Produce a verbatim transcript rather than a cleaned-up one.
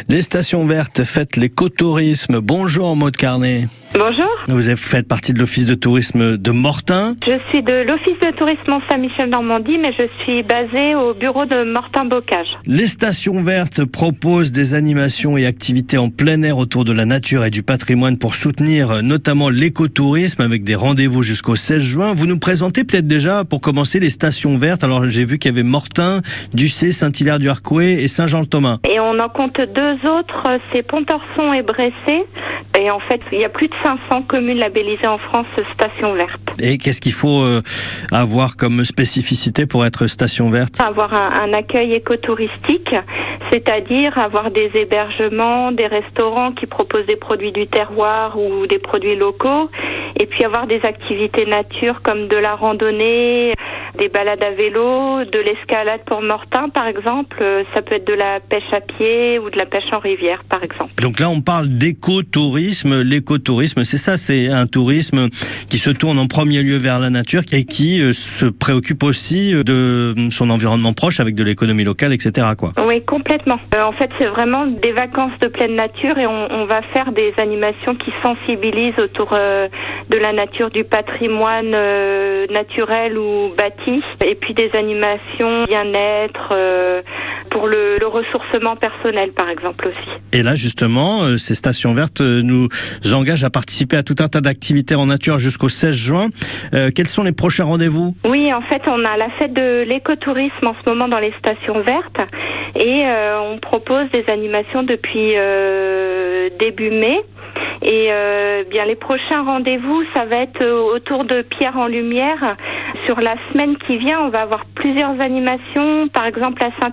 Les stations vertes fêtent l'écotourisme. Bonjour Maud Carnet. Bonjour. Vous faites partie de l'office de tourisme de Mortain. Je suis de l'office de tourisme Mont-Saint-Michel-Normandie, mais je suis basée au bureau de Mortain-Bocage. Les stations vertes proposent des animations et activités en plein air autour de la nature et du patrimoine pour soutenir notamment l'écotourisme avec des rendez-vous jusqu'au seize juin. Vous nous présentez peut-être déjà, pour commencer, les stations vertes. Alors j'ai vu qu'il y avait Mortain, Ducé, Saint-Hilaire-du-Harcouët et Saint-Jean-le-Thomas. Et on en compte deux autres, c'est Pontorson et Bressé. Et en fait, il y a plus de cinq cents communes labellisées en France stations vertes. Et qu'est-ce qu'il faut euh, avoir comme spécificité pour être station verte ? Avoir un, un accueil écotouristique, c'est-à-dire avoir des hébergements, des restaurants qui proposent des produits du terroir ou des produits locaux, et puis avoir des activités nature comme de la randonnée, des balades à vélo, de l'escalade pour Mortain par exemple. Ça peut être de la pêche à pied ou de la pêche en rivière par exemple. Donc là on parle d'écotourisme. L'écotourisme, c'est ça, c'est un tourisme qui se tourne en premier lieu vers la nature et qui euh, se préoccupe aussi de son environnement proche avec de l'économie locale, et cetera quoi. Oui, complètement. Euh, en fait, c'est vraiment des vacances de pleine nature et on, on va faire des animations qui sensibilisent autour euh, de la nature, du patrimoine euh, naturel ou bâti, et puis des animations bien-être euh, pour le, le ressourcement personnel par exemple aussi. Et là justement, euh, ces stations vertes euh, nous engagent à participer à tout un tas d'activités en nature jusqu'au seize juin. Euh, quels sont les prochains rendez-vous ? Oui, en fait, on a la fête de l'écotourisme en ce moment dans les stations vertes et euh, on propose des animations depuis euh, début mai. Et euh, bien les prochains rendez-vous, ça va être autour de Pierre en Lumière. Sur la semaine qui vient, on va avoir plusieurs animations. Par exemple, à Saint